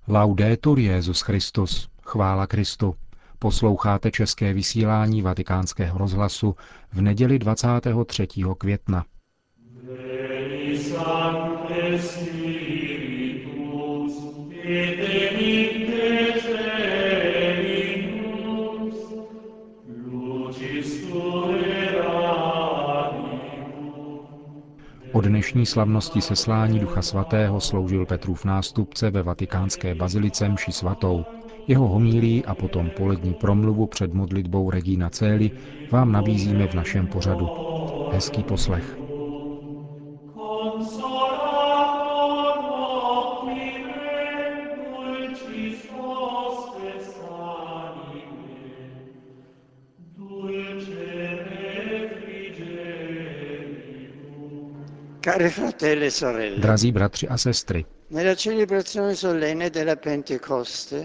Laudetur Jesus Christus, chvála Kristu. Posloucháte české vysílání Vatikánského rozhlasu v neděli 23. května. O dnešní slavnosti seslání Ducha Svatého sloužil Petrův nástupce ve vatikánské bazilice mši svatou. Jeho homílii a potom polední promluvu před modlitbou Regina Coeli vám nabízíme v našem pořadu. Hezký poslech. Drazí bratři a sestry, nella celebrazione solenne della Pentecoste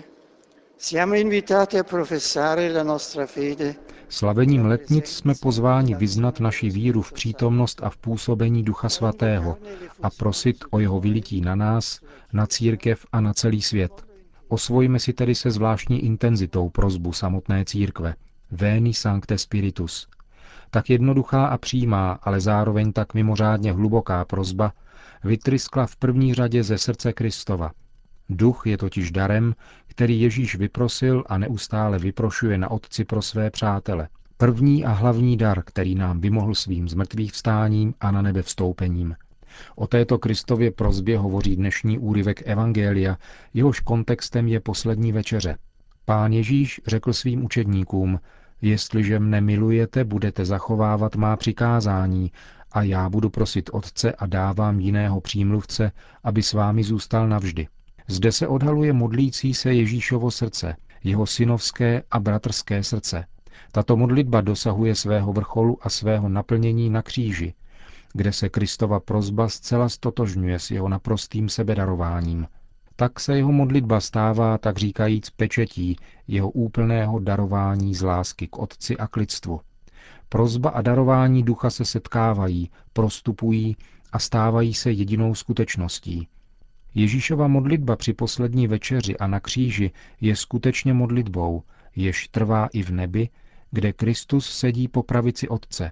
siamo invitati a professare la nostra fede. Slavením letnic jsme pozváni vyznat naši víru v přítomnost a v působení Ducha Svatého a prosit o jeho vylití na nás, na církev a na celý svět. Osvojíme si tedy se zvláštní intenzitou prosbu samotné církve. Veni Sancte Spiritus. Tak jednoduchá a přímá, ale zároveň tak mimořádně hluboká prosba vytryskla v první řadě ze srdce Kristova. Duch je totiž darem, který Ježíš vyprosil a neustále vyprošuje na Otci pro své přátele. První a hlavní dar, který nám vymohl svým zmrtvýchvstáním a na nebe vstoupením. O této Kristově prosbě hovoří dnešní úryvek Evangelia, jehož kontextem je poslední večeře. Pán Ježíš řekl svým učedníkům: Jestliže mne milujete, budete zachovávat má přikázání a já budu prosit Otce a dávám jiného přímluvce, aby s vámi zůstal navždy. Zde se odhaluje modlící se Ježíšovo srdce, jeho synovské a bratrské srdce. Tato modlitba dosahuje svého vrcholu a svého naplnění na kříži, kde se Kristova prosba zcela stotožňuje s jeho naprostým sebedarováním. Tak se jeho modlitba stává, tak říkajíc, pečetí jeho úplného darování z lásky k Otci a k lidstvu. Prosba a darování ducha se setkávají, prostupují a stávají se jedinou skutečností. Ježíšova modlitba při poslední večeři a na kříži je skutečně modlitbou, jež trvá i v nebi, kde Kristus sedí po pravici Otce.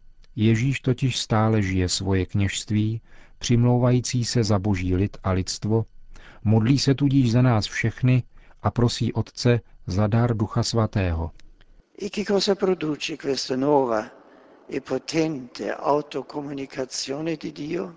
Ježíš totiž stále žije svoje kněžství, přimlouvající se za boží lid a lidstvo, modlí se tudíž za nás všechny a prosí Otce za dar Ducha Svatého. E che cosa produce questa nuova e potente autocomunicazione di Dio?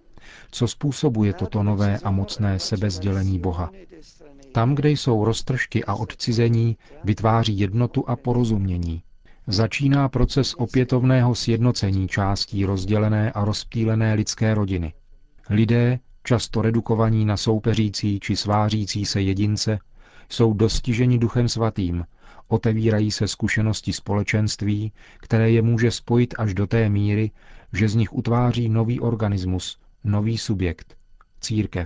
Co způsobuje toto nové a mocné sebesdělení Boha? Tam, kde jsou roztržky a odcizení, vytváří jednotu a porozumění. Začíná proces opětovného sjednocení částí rozdělené a rozptýlené lidské rodiny. Lidé, často redukovaní na soupeřící či svářící se jedince, jsou dostiženi Duchem Svatým, otevírají se zkušenosti společenství, které je může spojit až do té míry, že z nich utváří nový organismus, nový subjekt, církev.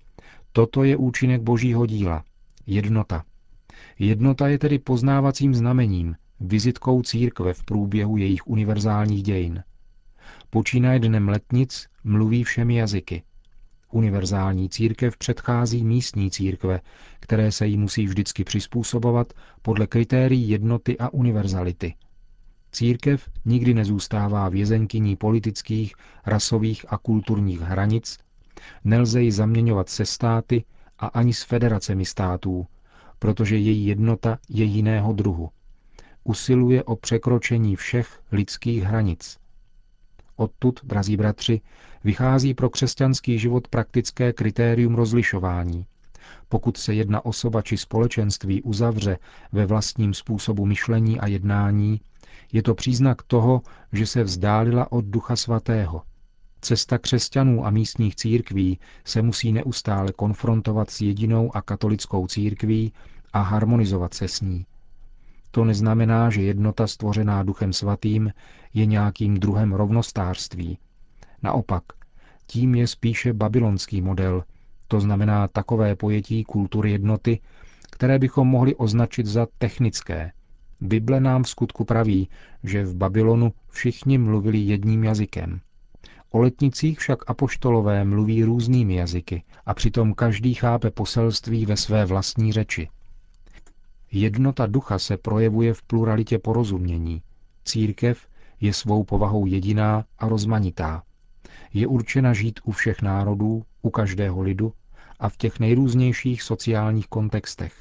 Toto je účinek Božího díla. Jednota. Jednota je tedy poznávacím znamením, vizitkou církve v průběhu jejich univerzálních dějin. Počínaje dnem letnic mluví všemi jazyky. Univerzální církev předchází místní církve, které se jí musí vždycky přizpůsobovat podle kritérií jednoty a univerzality. Církev nikdy nezůstává vězeňkyní politických, rasových a kulturních hranic, nelze ji zaměňovat se státy a ani s federacemi států, protože její jednota je jiného druhu. Usiluje o překročení všech lidských hranic. Odtud, drazí bratři, vychází pro křesťanský život praktické kritérium rozlišování. Pokud se jedna osoba či společenství uzavře ve vlastním způsobu myšlení a jednání, je to příznak toho, že se vzdálila od Ducha Svatého. Cesta křesťanů a místních církví se musí neustále konfrontovat s jedinou a katolickou církví a harmonizovat se s ní. To neznamená, že jednota stvořená Duchem Svatým je nějakým druhem rovnostářství. Naopak, tím je spíše babylonský model, to znamená takové pojetí kultury jednoty, které bychom mohli označit za technické. Bible nám v skutku praví, že v Babylonu všichni mluvili jedním jazykem. O letnicích však apoštolové mluví různými jazyky a přitom každý chápe poselství ve své vlastní řeči. Jednota ducha se projevuje v pluralitě porozumění. Církev je svou povahou jediná a rozmanitá. Je určena žít u všech národů, u každého lidu a v těch nejrůznějších sociálních kontextech.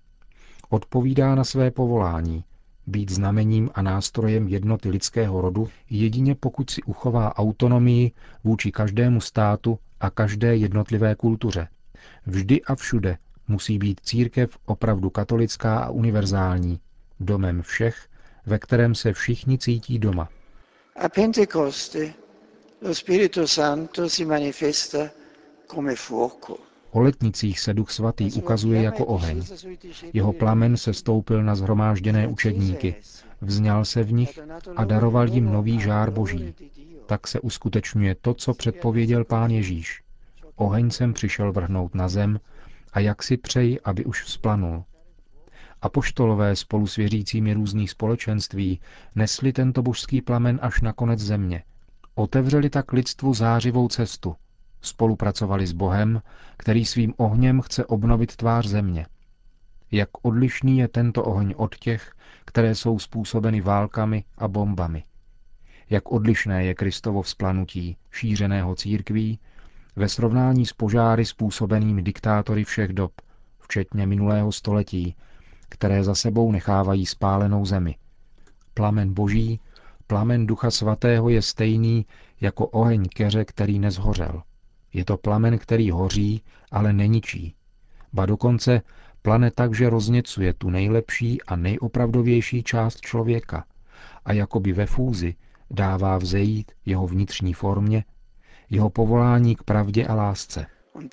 Odpovídá na své povolání, být znamením a nástrojem jednoty lidského rodu jedině pokud si uchová autonomii vůči každému státu a každé jednotlivé kultuře. Vždy a všude musí být církev opravdu katolická a univerzální, domem všech, ve kterém se všichni cítí doma. A Pentecoste lo Spirito Santo si manifesta come fuoco. O letnicích se Duch Svatý ukazuje jako oheň. Jeho plamen se stoupil na shromážděné učedníky, vzňal se v nich a daroval jim nový žár Boží. Tak se uskutečňuje to, co předpověděl Pán Ježíš. Oheň jsem přišel vrhnout na zem a jak si přeji, aby už vzplanul. Apoštolové spolu s věřícími různých společenství nesli tento božský plamen až na konec země. Otevřeli tak lidstvu zářivou cestu. Spolupracovali s Bohem, který svým ohněm chce obnovit tvář země. Jak odlišný je tento oheň od těch, které jsou způsobeny válkami a bombami. Jak odlišné je Kristovo vzplanutí, šířeného církví, ve srovnání s požáry způsobenými diktátory všech dob, včetně minulého století, které za sebou nechávají spálenou zemi. Plamen Boží, plamen Ducha Svatého je stejný jako oheň keře, který nezhořel. Je to plamen, který hoří, ale neničí. Ba dokonce plane tak, že rozněcuje tu nejlepší a nejopravdovější část člověka a jakoby ve fúzi dává vzejít jeho vnitřní formě, jeho povolání k pravdě a lásce.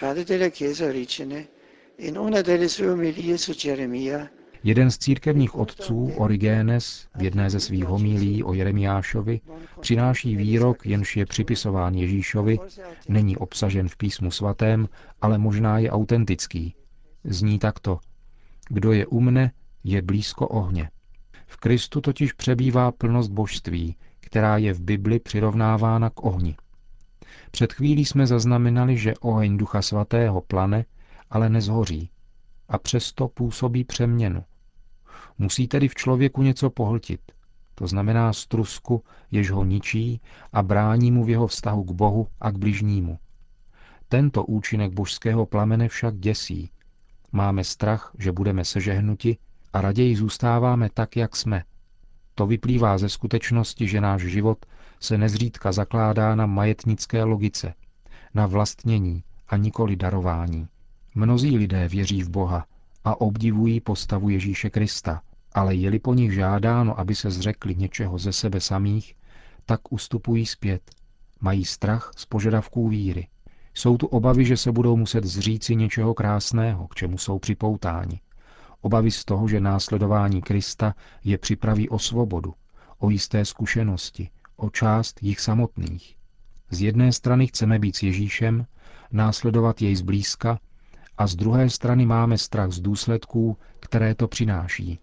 Jeden z církevních otců, Origenes, v jedné ze svých homílií o Jeremiášovi, přináší výrok, jenž je připisován Ježíšovi, není obsažen v písmu svatém, ale možná je autentický. Zní takto: Kdo je u mne, je blízko ohně. V Kristu totiž přebývá plnost božství, která je v Bibli přirovnávána k ohni. Před chvílí jsme zaznamenali, že oheň Ducha Svatého plane, ale nezhoří. A přesto působí přeměnu. Musí tedy v člověku něco pohltit, to znamená strusku, jež ho ničí a brání mu v jeho vztahu k Bohu a k bližnímu. Tento účinek božského plamene však děsí. Máme strach, že budeme sežehnuti a raději zůstáváme tak, jak jsme. To vyplývá ze skutečnosti, že náš život se nezřídka zakládá na majetnické logice, na vlastnění a nikoli darování. Mnozí lidé věří v Boha a obdivují postavu Ježíše Krista, ale je-li po nich žádáno, aby se zřekli něčeho ze sebe samých, tak ustupují zpět. Mají strach z požadavků víry. Jsou tu obavy, že se budou muset zříci něčeho krásného, k čemu jsou připoutáni. Obavy z toho, že následování Krista je připraví o svobodu, o jisté zkušenosti, o část jich samotných. Z jedné strany chceme být s Ježíšem, následovat jej zblízka, a z druhé strany máme strach z důsledků, které to přináší.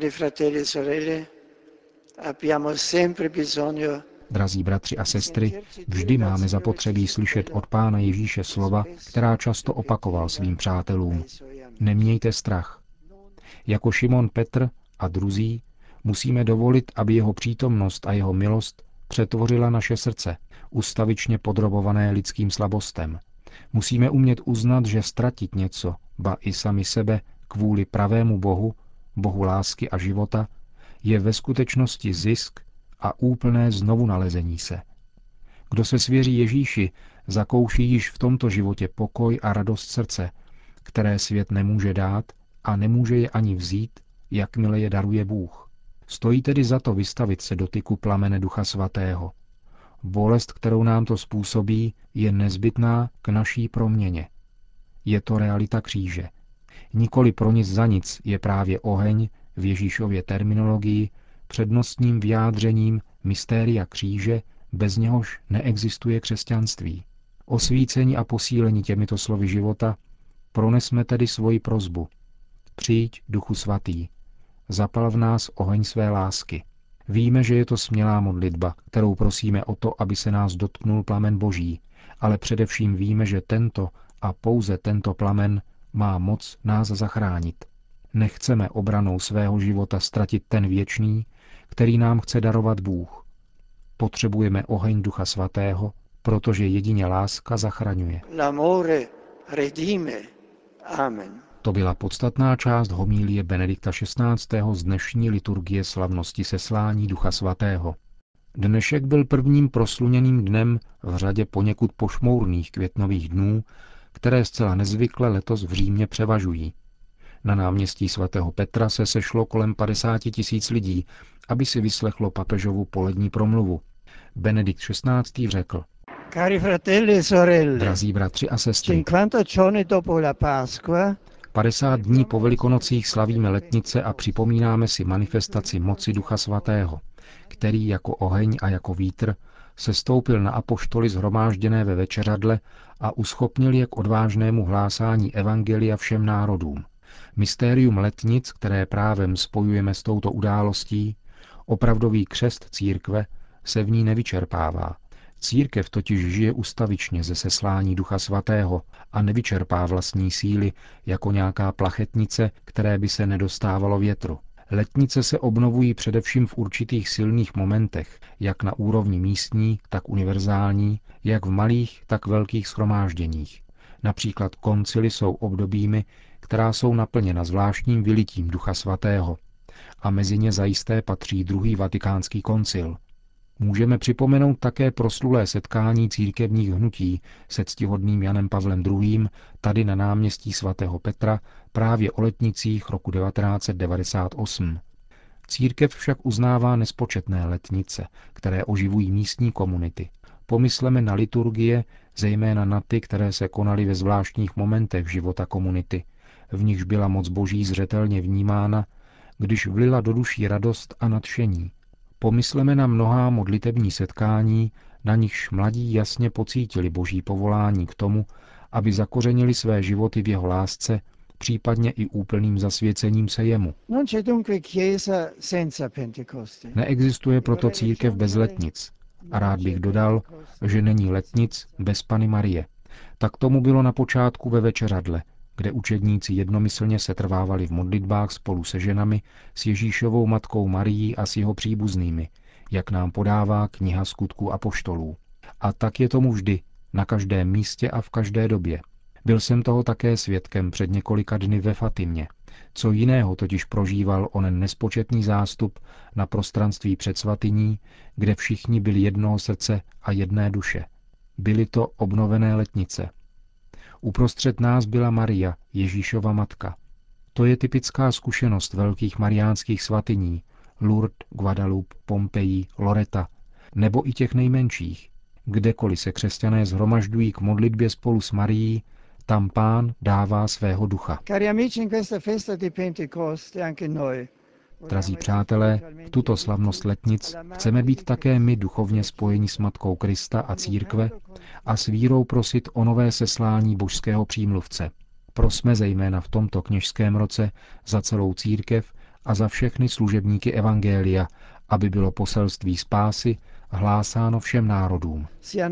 Drazí bratři a sestry, vždy máme zapotřebí slyšet od Pána Ježíše slova, která často opakoval svým přátelům. Nemějte strach. Jako Šimon Petr a druzí musíme dovolit, aby jeho přítomnost a jeho milost přetvořila naše srdce, ustavičně podrobované lidským slabostem. Musíme umět uznat, že ztratit něco, ba i sami sebe, kvůli pravému Bohu, Bohu lásky a života, je ve skutečnosti zisk a úplné znovunalezení se. Kdo se svěří Ježíši, zakouší již v tomto životě pokoj a radost srdce, které svět nemůže dát a nemůže je ani vzít, jakmile je daruje Bůh. Stojí tedy za to vystavit se dotyku plamene Ducha Svatého. Bolest, kterou nám to způsobí, je nezbytná k naší proměně. Je to realita kříže. Nikoli pro nic za nic je právě oheň v Ježíšově terminologii přednostním vyjádřením mystéria kříže, bez něhož neexistuje křesťanství. Osvícení a posílení těmito slovy života pronesme tedy svoji prosbu. Přijď, Duchu Svatý, zapal v nás oheň své lásky. Víme, že je to smělá modlitba, kterou prosíme o to, aby se nás dotknul plamen Boží, ale především víme, že tento a pouze tento plamen má moc nás zachránit. Nechceme obranou svého života ztratit ten věčný, který nám chce darovat Bůh. Potřebujeme oheň Ducha Svatého, protože jedině láska zachraňuje. L'amore redime. Amen. To byla podstatná část homilie Benedikta XVI. Z dnešní liturgie slavnosti seslání Ducha Svatého. Dnešek byl prvním prosluněným dnem v řadě poněkud pošmourných květnových dnů, které zcela nezvykle letos v Římě převažují. Na náměstí svatého Petra se sešlo kolem 50 000 lidí, aby si vyslechlo papežovu polední promluvu. Benedikt XVI. Řekl: Cari fratelli e sorelle, Drazí bratři a sestry, 50 giorni dopo la Pasqua 50 dní po Velikonocích slavíme letnice a připomínáme si manifestaci moci Ducha Svatého, který jako oheň a jako vítr sestoupil na apoštoly shromážděné ve večeřadle a uschopnil je k odvážnému hlásání evangelia všem národům. Mystérium letnic, které právem spojujeme s touto událostí, opravdový křest církve, se v ní nevyčerpává. Církev totiž žije ustavičně ze seslání Ducha Svatého a nevyčerpá vlastní síly jako nějaká plachetnice, které by se nedostávalo větru. Letnice se obnovují především v určitých silných momentech, jak na úrovni místní, tak univerzální, jak v malých, tak velkých shromážděních. Například koncily jsou obdobími, která jsou naplněna zvláštním vylitím Ducha Svatého, a mezi ně zajisté patří druhý vatikánský koncil. Můžeme připomenout také proslulé setkání církevních hnutí se ctihodným Janem Pavlem II. Tady na náměstí svatého Petra právě o letnicích roku 1998. Církev však uznává nespočetné letnice, které oživují místní komunity. Pomysleme na liturgie, zejména na ty, které se konaly ve zvláštních momentech života komunity, v nichž byla moc Boží zřetelně vnímána, když vlila do duší radost a nadšení. Pomysleme na mnohá modlitební setkání, na nichž mladí jasně pocítili Boží povolání k tomu, aby zakořenili své životy v jeho lásce, případně i úplným zasvěcením se jemu. Neexistuje proto církev bez letnic. A rád bych dodal, že není letnic bez Panny Marie. Tak tomu bylo na počátku ve večeřadle, kde učedníci jednomyslně setrvávali v modlitbách spolu se ženami, s Ježíšovou matkou Marií a s jeho příbuznými, jak nám podává kniha Skutků apoštolů. A tak je tomu vždy, na každém místě a v každé době. Byl jsem toho také svědkem před několika dny ve Fatimě. Co jiného totiž prožíval onen nespočetný zástup na prostranství před svatyní, kde všichni byli jednoho srdce a jedné duše. Byly to obnovené letnice. Uprostřed nás byla Maria, Ježíšova matka. To je typická zkušenost velkých mariánských svatyní, Lourdes, Guadalupe, Pompeji, Loreta, nebo i těch nejmenších. Kdekoliv se křesťané shromažďují k modlitbě spolu s Marií, tam Pán dává svého ducha. Drazí přátelé, v tuto slavnost letnic chceme být také my duchovně spojeni s Matkou Krista a církve a s vírou prosit o nové seslání božského přímluvce. Prosme zejména v tomto kněžském roce za celou církev a za všechny služebníky evangelia, aby bylo poselství spásy hlásáno všem národům.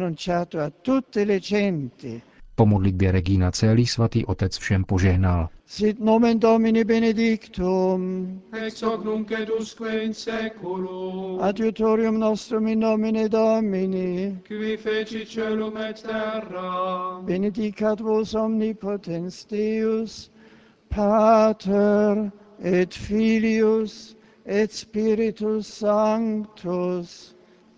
Po modlitbě Regina Coeli svatý otec všem požehnal. Sit nomen Domini benedictum, ex hoc nunc et usque in seculum, adiutorium nostrum in nomine Domini, qui feci celum et terra, benedicat vos omnipotens Deus, Pater et Filius et Spiritus Sanctus.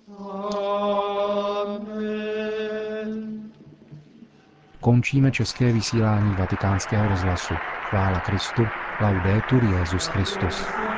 Amen. Končíme české vysílání Vatikánského rozhlasu. Chvála Kristu, laudetur Jesus Christus.